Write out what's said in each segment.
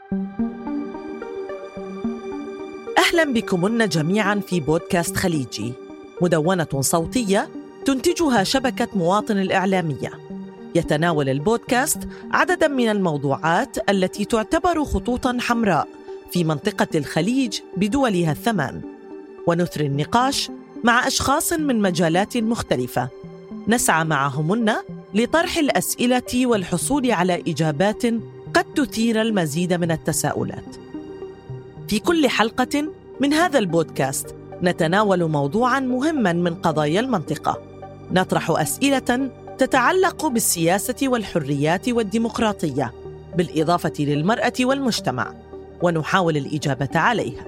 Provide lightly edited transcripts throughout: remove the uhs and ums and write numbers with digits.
أهلا بكمن جميعا في بودكاست خليجي، مدونة صوتية تنتجها شبكة مواطن الإعلامية. يتناول البودكاست عددا من الموضوعات التي تعتبر خطوطا حمراء في منطقة الخليج بدولها الثمان، ونثري النقاش مع أشخاص من مجالات مختلفة نسعى معهمن لطرح الأسئلة والحصول على إجابات قد تثير المزيد من التساؤلات. في كل حلقة من هذا البودكاست نتناول موضوعاً مهماً من قضايا المنطقة، نطرح أسئلة تتعلق بالسياسة والحريات والديمقراطية، بالإضافة للمرأة والمجتمع، ونحاول الإجابة عليها.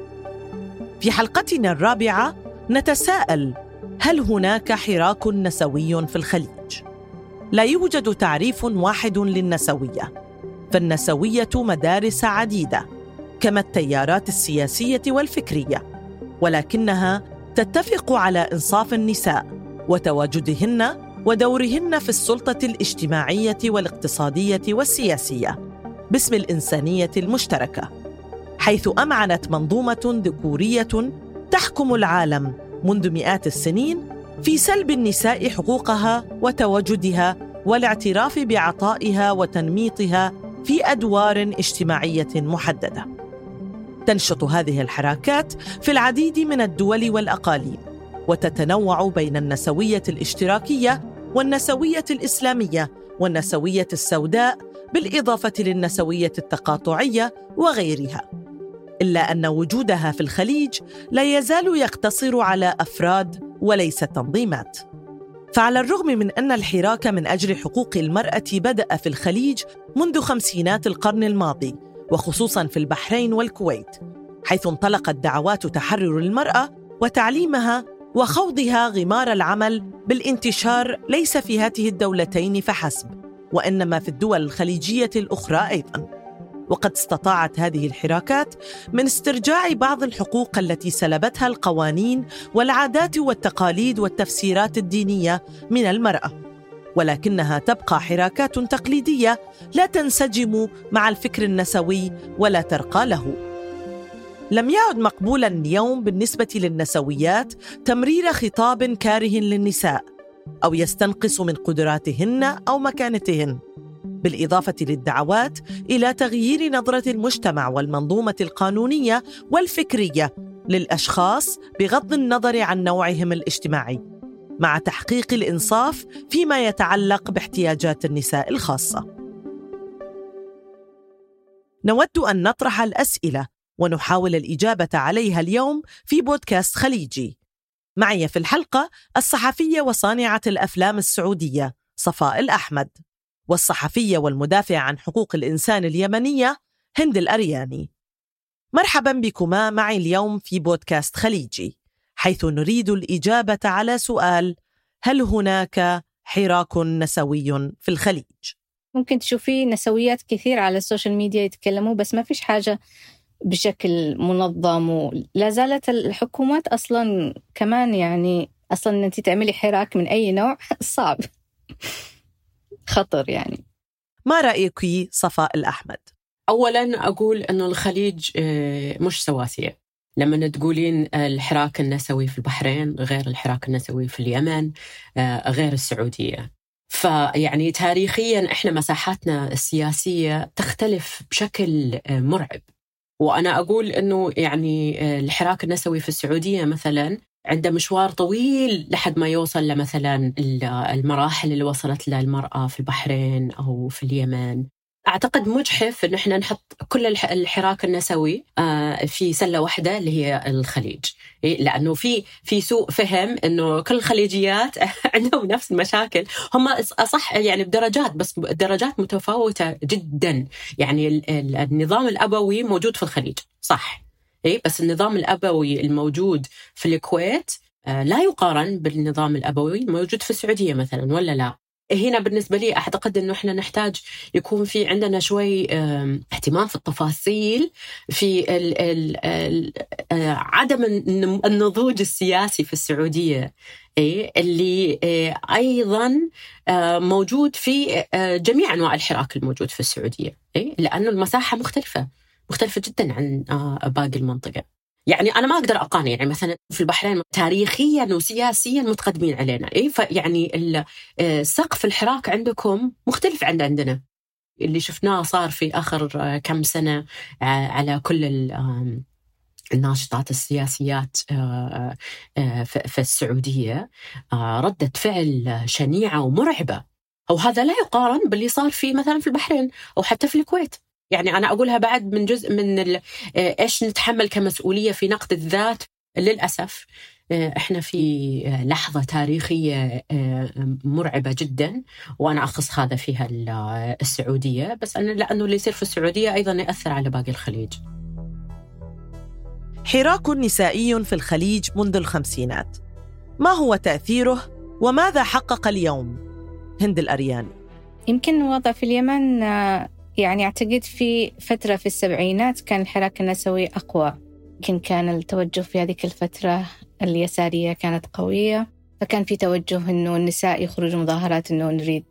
في حلقتنا الرابعة نتساءل: هل هناك حراك نسوي في الخليج؟ لا يوجد تعريف واحد للنسوية، فالنسوية مدارس عديدة كما التيارات السياسية والفكرية، ولكنها تتفق على إنصاف النساء وتواجدهن ودورهن في السلطة الاجتماعية والاقتصادية والسياسية باسم الإنسانية المشتركة، حيث أمعنت منظومة ذكورية تحكم العالم منذ مئات السنين في سلب النساء حقوقها وتواجدها والاعتراف بعطائها وتنميطها في أدوار اجتماعية محددة. تنشط هذه الحراكات في العديد من الدول والأقاليم، وتتنوع بين النسوية الاشتراكية والنسوية الإسلامية والنسوية السوداء، بالإضافة للنسوية التقاطعية وغيرها، إلا أن وجودها في الخليج لا يزال يقتصر على أفراد وليس تنظيمات. فعلى الرغم من أن الحراك من أجل حقوق المرأة بدأ في الخليج منذ خمسينات القرن الماضي، وخصوصاً في البحرين والكويت، حيث انطلقت دعوات تحرر المرأة وتعليمها وخوضها غمار العمل بالانتشار ليس في هذه الدولتين فحسب، وإنما في الدول الخليجية الأخرى أيضاً. وقد استطاعت هذه الحراكات من استرجاع بعض الحقوق التي سلبتها القوانين والعادات والتقاليد والتفسيرات الدينية من المرأة، ولكنها تبقى حراكات تقليدية لا تنسجم مع الفكر النسوي ولا ترقى له. لم يعد مقبولاً اليوم بالنسبة للنسويات تمرير خطاب كاره للنساء أو يستنقص من قدراتهن أو مكانتهن، بالإضافة للدعوات إلى تغيير نظرة المجتمع والمنظومة القانونية والفكرية للأشخاص بغض النظر عن نوعهم الاجتماعي، مع تحقيق الإنصاف فيما يتعلق باحتياجات النساء الخاصة. نود أن نطرح الأسئلة ونحاول الإجابة عليها اليوم في بودكاست خليجي. معي في الحلقة الصحفية وصانعة الأفلام السعودية صفاء الأحمد، والصحفية والمدافع عن حقوق الإنسان اليمنية هند الأرياني. مرحبا بكما معي اليوم في بودكاست خليجي، حيث نريد الإجابة على سؤال: هل هناك حراك نسوي في الخليج؟ ممكن تشوفي نسويات كثير على السوشيال ميديا يتكلموا، بس ما فيش حاجة بشكل منظم، ولا زالت الحكومات أصلا كمان يعني أصلا أنت تعملي حراك من أي نوع صعب، خطر يعني. ما رأيك صفاء الأحمد؟ أولاً أقول أنه الخليج مش سواسية. لما تقولين الحراك النسوي في البحرين غير الحراك النسوي في اليمن غير السعودية، فيعني تاريخياً إحنا مساحاتنا السياسية تختلف بشكل مرعب. وأنا أقول أنه يعني الحراك النسوي في السعودية مثلاً عنده مشوار طويل لحد ما يوصل لمثلا المراحل اللي وصلت لها المرأة في البحرين أو في اليمن. أعتقد مجحف إن إحنا نحط كل الحراك النسوي في سلة واحدة اللي هي الخليج، لأنه في سوء فهم إنه كل الخليجيات عندهم نفس المشاكل. هم أصح يعني بدرجات، بس درجات متفاوتة جدا. يعني النظام الأبوي موجود في الخليج صح، بس النظام الأبوي الموجود في الكويت لا يقارن بالنظام الأبوي الموجود في السعودية مثلا، ولا لا؟ هنا بالنسبة لي أعتقد أنه إحنا نحتاج يكون في عندنا شوي اهتمام في التفاصيل، في عدم النضوج السياسي في السعودية اللي أيضا موجود في جميع أنواع الحراك الموجود في السعودية، لأنه المساحة مختلفة. مختلفة جدا عن باقي المنطقة. يعني أنا ما أقدر أقارن، يعني مثلا في البحرين تاريخيا وسياسيا متقدمين علينا، فيعني سقف الحراك عندكم مختلف عن عندنا. اللي شفناه صار في آخر كم سنة على كل الناشطات السياسيات في السعودية، ردة فعل شنيعة ومرعبة، أو هذا لا يقارن باللي صار في مثلا في البحرين أو حتى في الكويت. يعني أنا أقولها بعد من جزء من إيش نتحمل كمسؤولية في نقد الذات. للأسف إحنا في لحظة تاريخية مرعبة جدا، وأنا أخص هذا فيها السعودية، بس أنا لأنه اللي يصير في السعودية أيضا يأثر على باقي الخليج. حراك نسائي في الخليج منذ الخمسينات، ما هو تأثيره وماذا حقق اليوم؟ هند الأرياني. يمكن الوضع في اليمن يعني أعتقد في فترة في السبعينات كان الحراك النسوي أقوى، يمكن كان التوجه في هذه الفترة اليسارية كانت قوية، فكان في توجه إنه النساء يخرجوا مظاهرات إنه نريد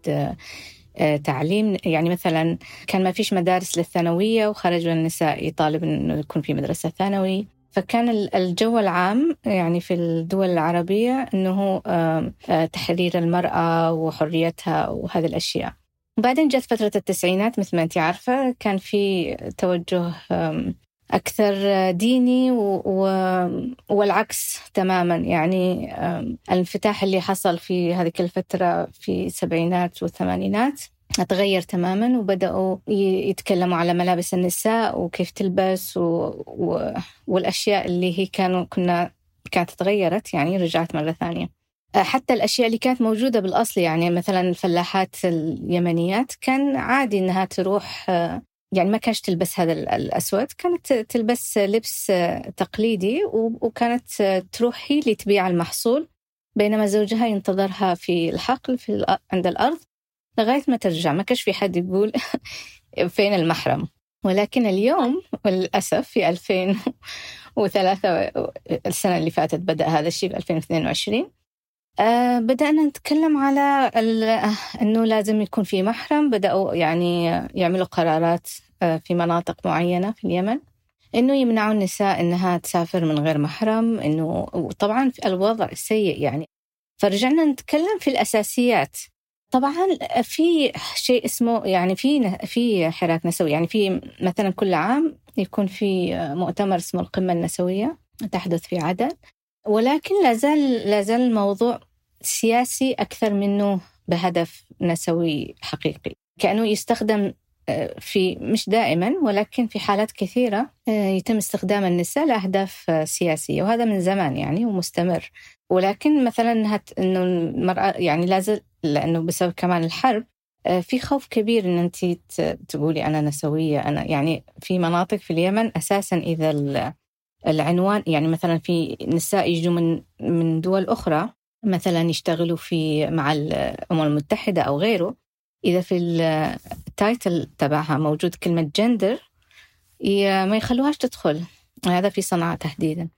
تعليم. يعني مثلا كان ما فيش مدارس للثانوية وخرجوا النساء يطالب إنه يكون في مدرسة ثانوي، فكان الجو العام يعني في الدول العربية إنه تحرير المرأة وحريتها وهذه الأشياء. وبعدين جت فترة التسعينات مثل ما أنت عارفة، كان في توجه أكثر ديني والعكس تماما. يعني الانفتاح اللي حصل في هذه الفترة في السبعينات والثمانينات تغير تماما، وبدأوا يتكلموا على ملابس النساء وكيف تلبس والأشياء اللي هي كانت تغيرت، يعني رجعت مرة ثانية. حتى الأشياء اللي كانت موجودة بالأصل، يعني مثلا الفلاحات اليمنيات كان عادي إنها تروح، يعني ما كانش تلبس هذا الأسود، كانت تلبس لبس تقليدي، وكانت تروح هي لتبيع المحصول بينما زوجها ينتظرها في الحقل عند الأرض لغاية ما ترجع. ما كانش في حد يقول فين المحرم. ولكن اليوم للأسف في 2003 السنة اللي فاتت بدأ هذا الشيء، في 2022 بدأنا نتكلم على أنه لازم يكون في محرم. بدأوا يعني يعملوا قرارات في مناطق معينة في اليمن إنه يمنعوا النساء إنها تسافر من غير محرم، إنه طبعا الوضع سيء يعني. فرجعنا نتكلم في الأساسيات. طبعا في شيء اسمه يعني في حراك نسوي، يعني في مثلا كل عام يكون في مؤتمر اسمه القمة النسوية تحدث في عدن، ولكن لازال الموضوع سياسي أكثر منه بهدف نسوي حقيقي. كأنه يستخدم في مش دائما ولكن في حالات كثيرة يتم استخدام النساء لأهداف سياسية، وهذا من زمان يعني ومستمر. ولكن مثلا إنه المرأة يعني لازل، لأنه بسبب كمان الحرب في خوف كبير إن أنت تقولي أنا نسوية. أنا يعني في مناطق في اليمن أساسا إذا العنوان، يعني مثلا في نساء يجوا من دول أخرى مثلا يشتغلوا مع الأمم المتحدة أو غيره، إذا في التايتل تبعها موجود كلمة جندر ما يخلوهاش تدخل. هذا في صنعاء تحديدا.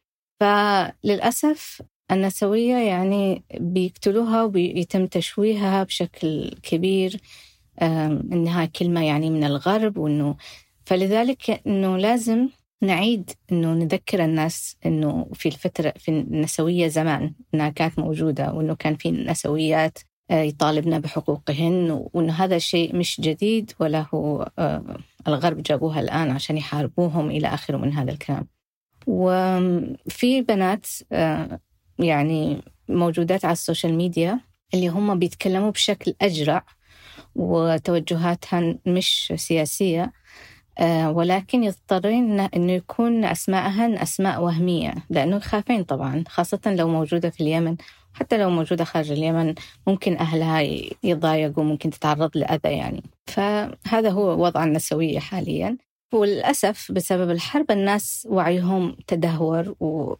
فللأسف النسوية يعني بيقتلوها وبيتم تشويهها بشكل كبير، إنها كلمة يعني من الغرب، فلذلك إنه لازم نعيد إنه نذكر الناس إنه في النسوية زمان إنها كانت موجودة، وإنه كان في نسويات يطالبنا بحقوقهن، وإنه هذا الشيء مش جديد ولا هو الغرب جابوها الآن عشان يحاربوهم إلى آخره من هذا الكلام. وفي بنات يعني موجودات على السوشيال ميديا اللي هم بيتكلموا بشكل أجرع وتوجهاتها مش سياسية، ولكن يضطرين إنه يكون أسماءهن أسماء وهمية، لأنه خافين طبعا، خاصة لو موجودة في اليمن. حتى لو موجودة خارج اليمن ممكن أهلها يضايقوا، ممكن تتعرض لأذى يعني. فهذا هو وضع النسوية حاليا. وللأسف بسبب الحرب الناس وعيهم تدهور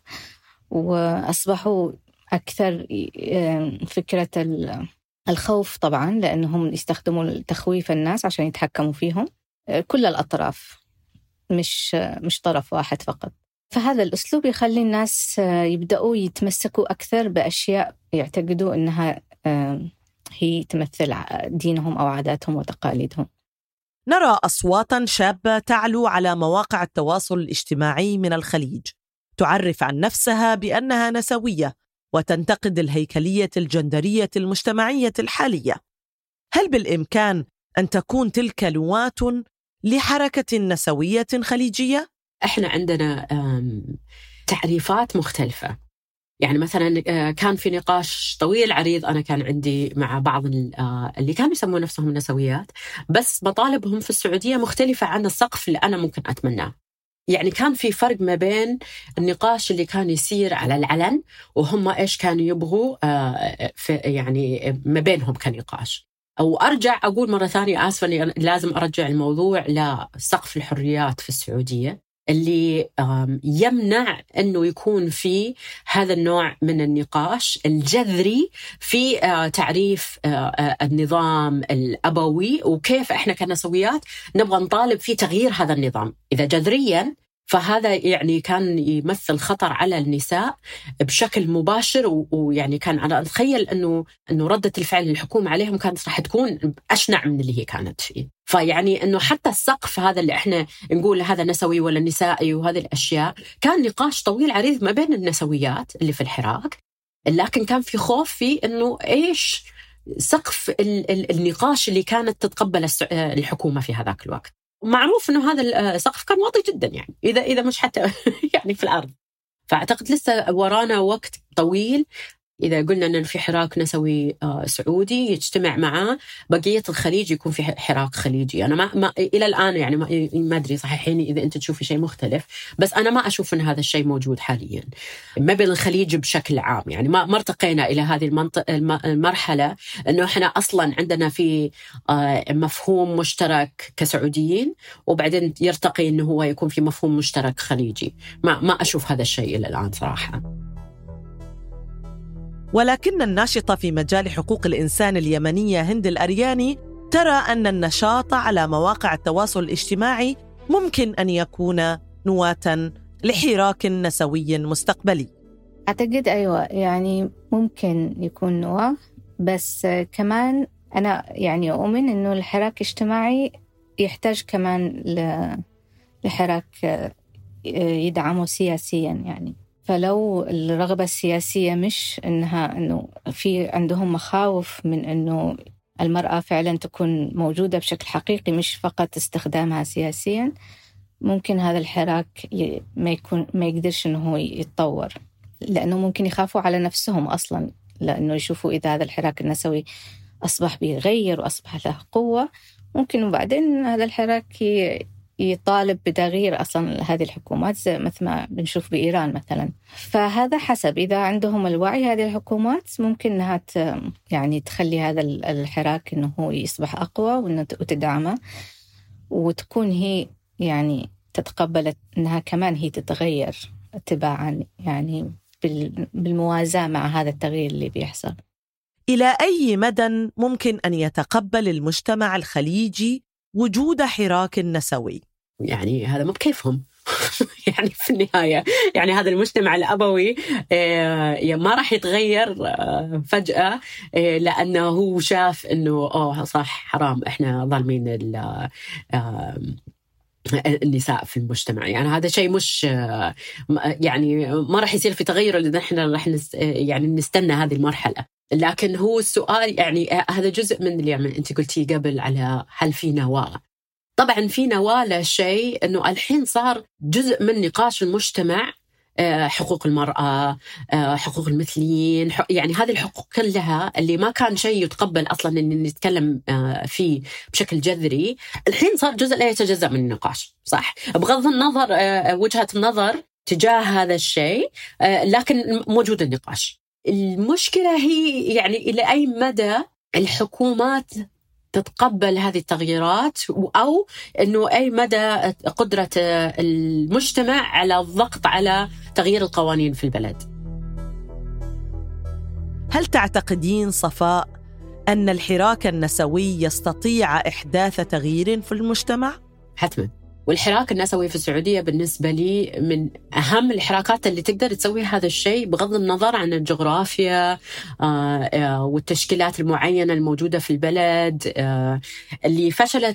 وأصبحوا أكثر فكرة الخوف طبعا، لأنهم يستخدموا تخويف الناس عشان يتحكموا فيهم، كل الأطراف مش طرف واحد فقط. فهذا الأسلوب يخلي الناس يبدأوا يتمسكوا أكثر بأشياء يعتقدوا أنها هي تمثل دينهم أو عاداتهم وتقاليدهم. نرى أصواتاً شابة تعلو على مواقع التواصل الاجتماعي من الخليج، تعرف عن نفسها بأنها نسوية وتنتقد الهيكلية الجندرية المجتمعية الحالية. هل بالإمكان أن تكون تلك نواة لحركة نسوية خليجية؟ إحنا عندنا تعريفات مختلفة. يعني مثلا كان في نقاش طويل عريض أنا كان عندي مع بعض اللي كانوا يسمون نفسهم نسويات، بس مطالبهم في السعودية مختلفة عن السقف اللي أنا ممكن أتمناه. يعني كان في فرق ما بين النقاش اللي كان يصير على العلن وهم إيش كانوا يبغوا يعني ما بينهم كنقاش. أو أرجع أقول مرة ثانية، آسفة أني لازم أرجع الموضوع لسقف الحريات في السعودية اللي يمنع أنه يكون في هذا النوع من النقاش الجذري في تعريف النظام الأبوي وكيف إحنا كنسويات نبغى نطالب في تغيير هذا النظام. إذا جذرياً فهذا يعني كان يمثل خطر على النساء بشكل مباشر، ويعني كان أنا أتخيل أنه ردة الفعل الحكومة عليهم كانت راح تكون أشنع من اللي هي كانت فيه. فيعني أنه حتى السقف هذا اللي إحنا نقول هذا نسوي ولا نسائي وهذه الأشياء كان نقاش طويل عريض ما بين النسويات اللي في الحراك، لكن كان في خوف في أنه إيش سقف النقاش اللي كانت تتقبل الحكومة في هذاك الوقت. معروف أنه هذا السقف كان واطي جدا، يعني إذا مش حتى يعني في الأرض. فأعتقد لسه ورانا وقت طويل إذا قلنا أن في حراك نسوي سعودي يجتمع معه بقية الخليج يكون في حراك خليجي. أنا ما إلى الآن يعني ما أدري، صحيحيني إذا أنت تشوفي شيء مختلف، بس أنا ما أشوف أن هذا الشيء موجود حاليا ما بين الخليج بشكل عام. يعني ما ارتقينا إلى هذه المرحلة أنه إحنا أصلا عندنا في مفهوم مشترك كسعوديين وبعدين يرتقي أنه هو يكون في مفهوم مشترك خليجي. ما أشوف هذا الشيء إلى الآن صراحة. ولكن الناشطة في مجال حقوق الإنسان اليمنية هند الأرياني ترى أن النشاط على مواقع التواصل الاجتماعي ممكن أن يكون نواة لحراك نسوي مستقبلي. أعتقد أيوة، يعني ممكن يكون نواة، بس كمان أنا يعني أؤمن أنه الحراك الاجتماعي يحتاج كمان لحراك يدعمه سياسيا. يعني فلو الرغبة السياسية مش إنه في عندهم مخاوف من إنه المرأة فعلا تكون موجودة بشكل حقيقي مش فقط استخدامها سياسيا، ممكن هذا الحراك ما يقدرش إنه هو يتطور، لأنه ممكن يخافوا على نفسهم أصلا، لأنه يشوفوا إذا هذا الحراك النسوي أصبح بيغير وأصبح له قوة، ممكن وبعدين هذا الحراك يطالب بتغيير أصلا هذه الحكومات مثل ما بنشوف بإيران مثلا. فهذا حسب إذا عندهم الوعي هذه الحكومات ممكن أنها يعني تخلي هذا الحراك أنه هو يصبح أقوى وتدعمه، وتكون هي يعني تتقبل أنها كمان هي تتغير تباعا يعني بالموازاة مع هذا التغيير اللي بيحصل. إلى أي مدى ممكن أن يتقبل المجتمع الخليجي وجود حراك نسوي؟ يعني هذا مو بكيفهم يعني في النهاية يعني هذا المجتمع الأبوي ما راح يتغير فجأة لأنه هو شاف أنه صح حرام إحنا ظالمين النساء في المجتمع. يعني هذا شيء مش يعني ما راح يصير في تغير إذا إحنا راح يعني نستنى هذه المرحلة. لكن هو السؤال يعني هذا جزء من اللي يعني أنت قلتي قبل على هل في نواة. طبعا في نواة لا شيء أنه الحين صار جزء من نقاش المجتمع حقوق المرأة، حقوق المثليين، يعني هذه الحقوق كلها اللي ما كان شيء يتقبل أصلا أن نتكلم فيه بشكل جذري، الحين صار جزء لا يتجزأ من النقاش. صح بغض النظر وجهة النظر تجاه هذا الشيء، لكن موجود النقاش. المشكلة هي يعني إلى أي مدى الحكومات تتقبل هذه التغييرات، أو أنه أي مدى قدرة المجتمع على الضغط على تغيير القوانين في البلد. هل تعتقدين صفاء أن الحراك النسوي يستطيع إحداث تغيير في المجتمع؟ حتما والحراك النسوي في السعودية بالنسبة لي من أهم الحراكات اللي تقدر تسوي هذا الشيء بغض النظر عن الجغرافيا والتشكيلات المعينة الموجودة في البلد اللي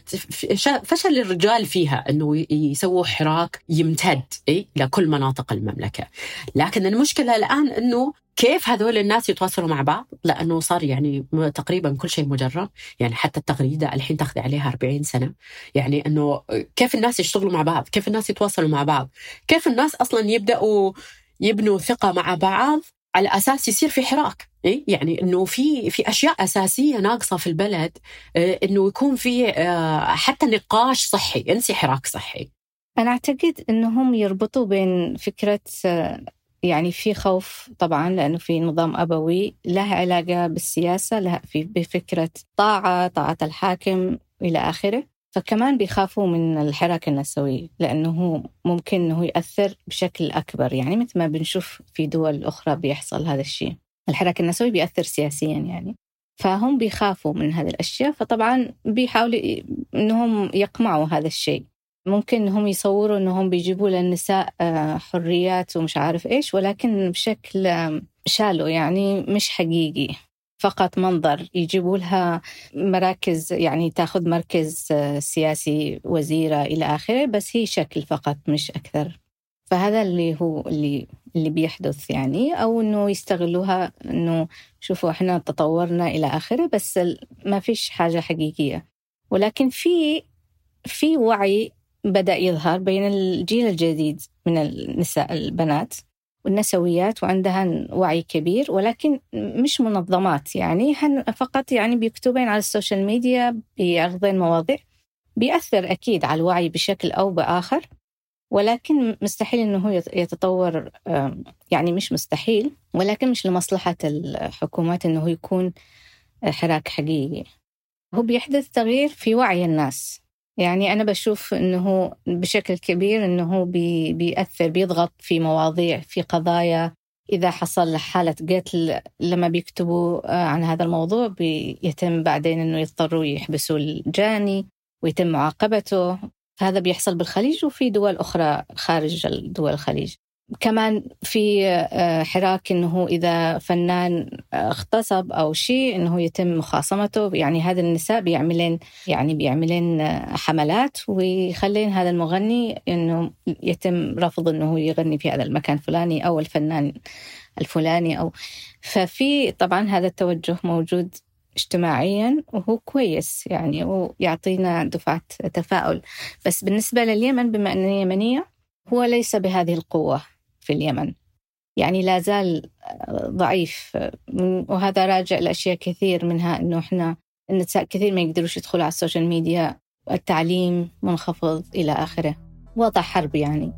فشل الرجال فيها أنه يسووا حراك يمتد لكل مناطق المملكة. لكن المشكلة الآن أنه كيف هذول الناس يتواصلوا مع بعض، لأنه صار يعني تقريبا كل شيء مجرب. يعني حتى التغريدة الحين تاخذ عليها 40 سنة. يعني أنه كيف الناس يشتغلوا مع بعض، كيف الناس يتواصلوا مع بعض، كيف الناس أصلا يبدأوا يبنوا ثقة مع بعض على أساس يصير في حراك. يعني أنه في أشياء أساسية ناقصة في البلد، أنه يكون في حتى نقاش صحي، انسي حراك صحي. أنا أعتقد أنهم يربطوا بين فكرة يعني في خوف طبعا لأنه في نظام أبوي لها علاقة بالسياسة، لها بفكرة طاعة الحاكم إلى آخره. فكمان بيخافوا من الحراك النسوي لأنه ممكن أنه يأثر بشكل أكبر، يعني مثل ما بنشوف في دول أخرى بيحصل هذا الشيء. الحراك النسوي بيأثر سياسيا يعني، فهم بيخافوا من هذه الأشياء. فطبعا بيحاولوا أنهم يقمعوا هذا الشيء. ممكن أنهم يصوروا أنهم بيجيبوا للنساء حريات ومش عارف إيش، ولكن بشكل شالو يعني مش حقيقي، فقط منظر. يجيبوا لها مراكز، يعني تاخذ مركز سياسي، وزيرة إلى آخره، بس هي شكل فقط مش أكثر. فهذا اللي هو اللي بيحدث يعني، أو أنه يستغلوها أنه شوفوا إحنا تطورنا إلى آخره، بس ما فيش حاجة حقيقية. ولكن في وعي بدأ يظهر بين الجيل الجديد من النساء البنات والنسويات، وعندها وعي كبير، ولكن مش منظمات يعني، فقط يعني بيكتبين على السوشيال ميديا، بيعرضين مواضيع، بيأثر أكيد على الوعي بشكل أو بآخر، ولكن مستحيل أنه يتطور. يعني مش مستحيل، ولكن مش لمصلحة الحكومات أنه يكون حراك حقيقي. هو بيحدث تغيير في وعي الناس. يعني أنا بشوف أنه بشكل كبير أنه بيأثر، بيضغط في مواضيع، في قضايا. إذا حصل حالة قتل لما بيكتبوا عن هذا الموضوع بيتم بعدين أنه يضطروا يحبسوا الجاني ويتم معاقبته. هذا بيحصل بالخليج وفي دول أخرى خارج دول الخليج. كمان في حراك أنه إذا فنان اغتصب أو شيء أنه يتم مخاصمته. يعني هذا النساء بيعملين حملات ويخلين هذا المغني أنه يتم رفض أنه يغني في هذا المكان الفلاني أو الفنان الفلاني. أو ففي طبعا هذا التوجه موجود اجتماعيا وهو كويس يعني، ويعطينا دفعة تفاؤل. بس بالنسبة لليمن بما أنه يمنية، هو ليس بهذه القوة في اليمن، يعني لا زال ضعيف. وهذا راجع لأشياء كثير، منها أنه إحنا النساء كثير ما يقدروش يدخلوا على السوشيال ميديا، التعليم منخفض إلى آخره، وضع حرب يعني.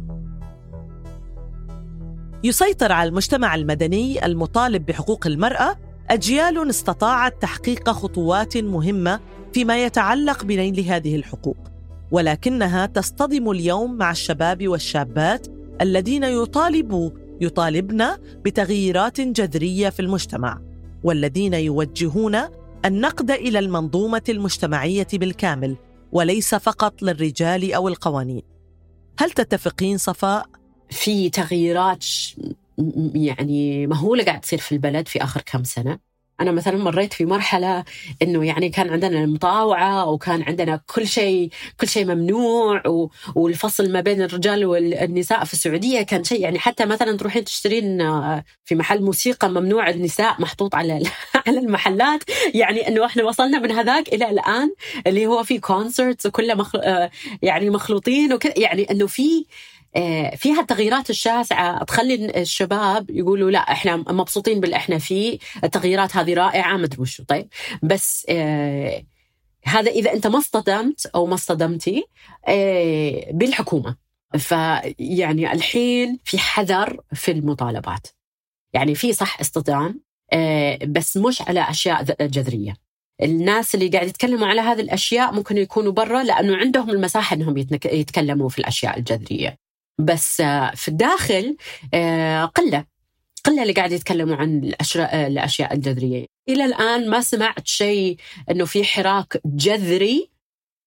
يسيطر على المجتمع المدني المطالب بحقوق المرأة أجيال استطاعت تحقيق خطوات مهمة فيما يتعلق بنيل هذه الحقوق، ولكنها تصطدم اليوم مع الشباب والشابات الذين يطالبن بتغييرات جذرية في المجتمع، والذين يوجهون النقد إلى المنظومة المجتمعية بالكامل وليس فقط للرجال أو القوانين. هل تتفقين صفاء؟ في تغييرات يعني مهولة قاعد تصير في البلد في آخر كم سنة. أنا مثلا مريت في مرحلة إنه يعني كان عندنا المطاوعة وكان عندنا كل شيء ممنوع، والفصل ما بين الرجال والنساء في السعودية كان شيء يعني، حتى مثلا تروحين تشترين في محل موسيقى ممنوع النساء محطوط على المحلات. يعني إنه إحنا وصلنا من هذاك إلى الآن اللي هو في كونسرتس وكله يعني مخلوطين وكذا. يعني إنه فيها التغييرات الشاسعة تخلي الشباب يقولوا لا احنا مبسوطين باللي احنا فيه، التغييرات هذه رائعة ما ادري وشو. طيب بس هذا إذا أنت ما اصطدمت أو ما اصطدمتي بالحكومة. فيعني الحين في حذر في المطالبات، يعني في صح اصطدام بس مش على أشياء جذرية. الناس اللي قاعد يتكلموا على هذه الأشياء ممكن يكونوا برا لأنه عندهم المساحة أنهم يتكلموا في الأشياء الجذرية، بس في الداخل قلة اللي قاعد يتكلموا عن الأشياء الجذرية. إلى الآن ما سمعت شيء أنه في حراك جذري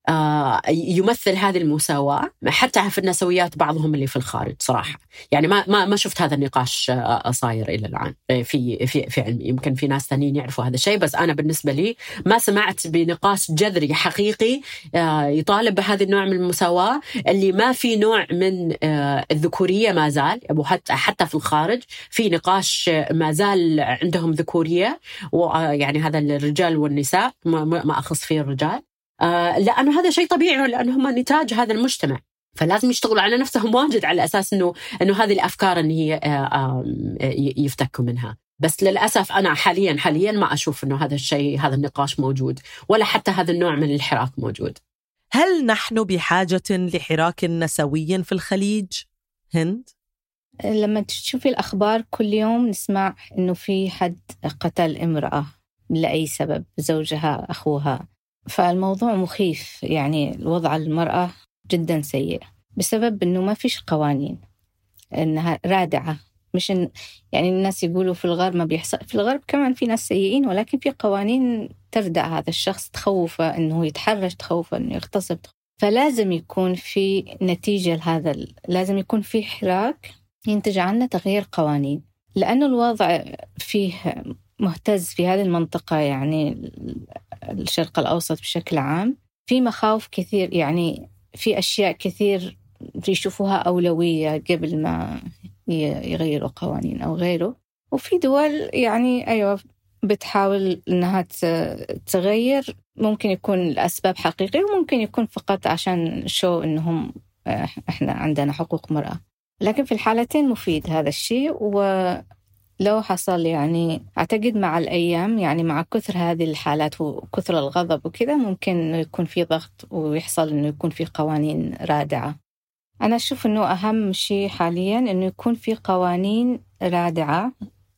يمثل هذه المساواة حتى في النسويات بعضهم اللي في الخارج صراحة. يعني ما شفت هذا النقاش صاير إلى الآن في علمي. يمكن في ناس ثانيين يعرفوا هذا الشيء، بس أنا بالنسبة لي ما سمعت بنقاش جذري حقيقي يطالب بهذا النوع من المساواة اللي ما في نوع من الذكورية ما زال. حتى في الخارج في نقاش ما زال عندهم ذكورية، ويعني هذا الرجال والنساء ما أخص فيه الرجال، لأنه هذا شيء طبيعي، لأنه هم نتاج هذا المجتمع، فلازم يشتغلوا على نفسهم واجد على أساس إنه هذه الأفكار إن هي يفتكوا منها. بس للأسف أنا حاليا ما أشوف إنه هذا الشيء، هذا النقاش موجود، ولا حتى هذا النوع من الحراك موجود. هل نحن بحاجة لحراك نسوي في الخليج؟ هند؟ لما تشوفي الأخبار كل يوم نسمع إنه في حد قتل امرأة لأي سبب، زوجها، أخوها، فالموضوع مخيف. يعني الوضع المرأة جدا سيء بسبب إنه ما فيش قوانين، إنها رادعة. مش يعني الناس يقولوا في الغرب ما بيحصل، في الغرب كمان في ناس سيئين، ولكن في قوانين تردع هذا الشخص، تخوفه إنه يتحرش، تخوفه إنه يغتصب. فلازم يكون في نتيجة لهذا، لازم يكون في حراك ينتج عنه تغيير قوانين، لأنه الوضع فيه مهتز في هذه المنطقة، يعني الشرق الأوسط بشكل عام، في مخاوف كثير، يعني في أشياء كثير يشوفوها أولوية قبل ما يغيروا قوانين أو غيره. وفي دول يعني أيوة بتحاول إنها تغير، ممكن يكون الأسباب حقيقية، وممكن يكون فقط عشان شو إنهم إحنا عندنا حقوق مرأة. لكن في الحالتين مفيد هذا الشيء، ولو حصل يعني أعتقد مع الأيام، يعني مع كثر هذه الحالات وكثر الغضب وكذا، ممكن إنه يكون في ضغط ويحصل إنه يكون في قوانين رادعة. أنا أشوف إنه أهم شيء حالياً إنه يكون في قوانين رادعة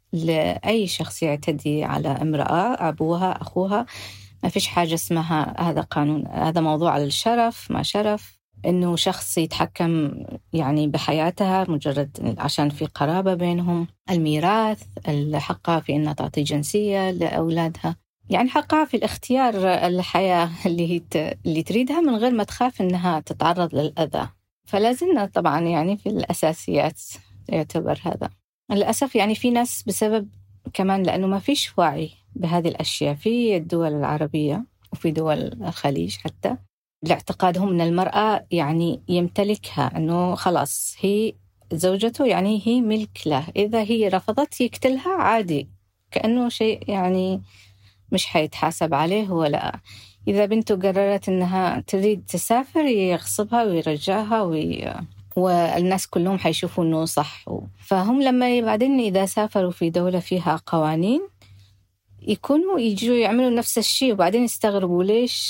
لأي شخص يعتدي على امرأة، أبوها، أخوها. ما فيش حاجة اسمها هذا قانون، هذا موضوع الشرف ما شرف، إنه شخص يتحكم يعني بحياتها مجرد عشان في قرابة بينهم، الميراث، الحق في إنها تعطي جنسية لأولادها، يعني حقها في الاختيار الحياة اللي تريدها من غير ما تخاف إنها تتعرض للأذى. فلازلنا طبعا يعني في الأساسيات يعتبر هذا. للأسف يعني في ناس بسبب كمان لأنه ما فيش وعي بهذه الأشياء في الدول العربية وفي دول الخليج حتى، لاعتقادهم أن المرأة يعني يمتلكها، أنه خلاص هي زوجته، يعني هي ملك له، إذا هي رفضت يقتلها عادي، كأنه شيء يعني مش حيتحاسب عليه ولا. إذا بنته قررت أنها تريد تسافر يغصبها ويرجعها والناس كلهم حيشوفوا أنه صح. فهم لما بعدين إذا سافروا في دولة فيها قوانين يكونوا يجوا يعملوا نفس الشيء، وبعدين يستغربوا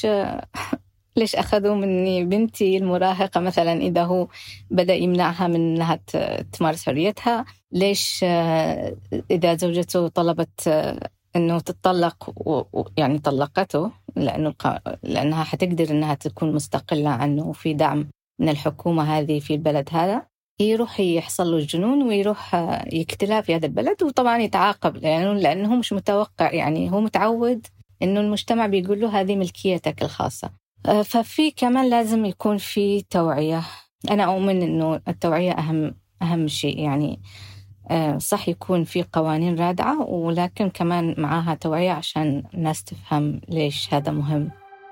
ليش أخذوا مني بنتي المراهقة مثلا، إذا هو بدأ يمنعها من أنها تمارس حريتها، ليش إذا زوجته طلبت أنه تطلق يعني طلقته لأنها حتقدر أنها تكون مستقلة عنه وفي دعم من الحكومة هذه في البلد هذا، يروح يحصل له الجنون ويروح يقتلها في هذا البلد، وطبعا يتعاقب لأنه مش متوقع، يعني هو متعود أنه المجتمع بيقول له هذه ملكيتك الخاصة. ففي كمان لازم يكون في توعية. أنا أؤمن أنه التوعية أهم شيء، يعني صح يكون في قوانين رادعة، ولكن كمان معاها توعية عشان الناس تفهم ليش هذا مهم.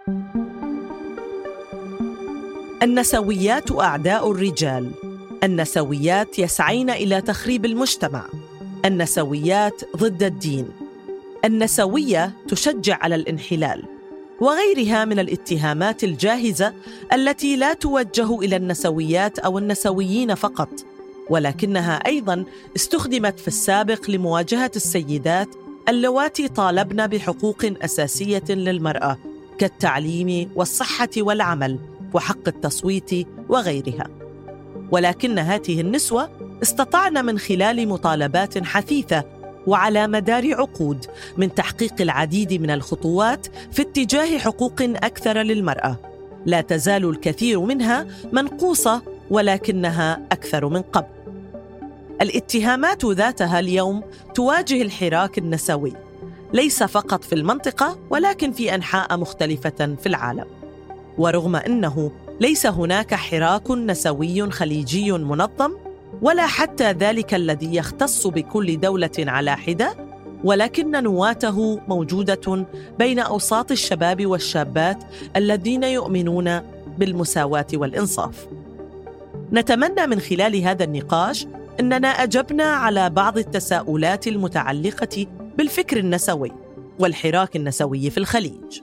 النسويات أعداء الرجال، النسويات يسعين إلى تخريب المجتمع، النسويات ضد الدين، النسوية تشجع على الانحلال، وغيرها من الاتهامات الجاهزة التي لا توجه إلى النسويات أو النسويين فقط، ولكنها أيضاً استخدمت في السابق لمواجهة السيدات اللواتي طالبن بحقوق أساسية للمرأة كالتعليم والصحة والعمل وحق التصويت وغيرها. ولكن هذه النسوة استطعن من خلال مطالبات حثيثة وعلى مدار عقود من تحقيق العديد من الخطوات في اتجاه حقوق أكثر للمرأة، لا تزال الكثير منها منقوصة ولكنها أكثر من قبل. الاتهامات ذاتها اليوم تواجه الحراك ليس فقط في المنطقة ولكن في أنحاء مختلفة في العالم. ورغم أنه ليس هناك حراك نسوي خليجي منظم ولا حتى ذلك الذي يختص بكل دولة على حدة، ولكن نواته موجودة بين أوساط الشباب والشابات الذين يؤمنون بالمساواة والإنصاف. نتمنى من خلال هذا النقاش أننا أجبنا على بعض التساؤلات المتعلقة بالفكر النسوي والحراك النسوي في الخليج.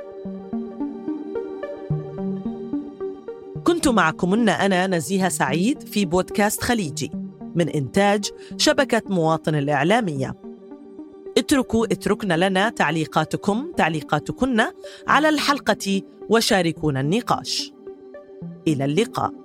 كنت معكم أنا نزيهة سعيد في بودكاست خليجي من إنتاج شبكة مواطن الإعلامية. اتركن لنا تعليقاتكن على الحلقة وشاركونا النقاش. إلى اللقاء.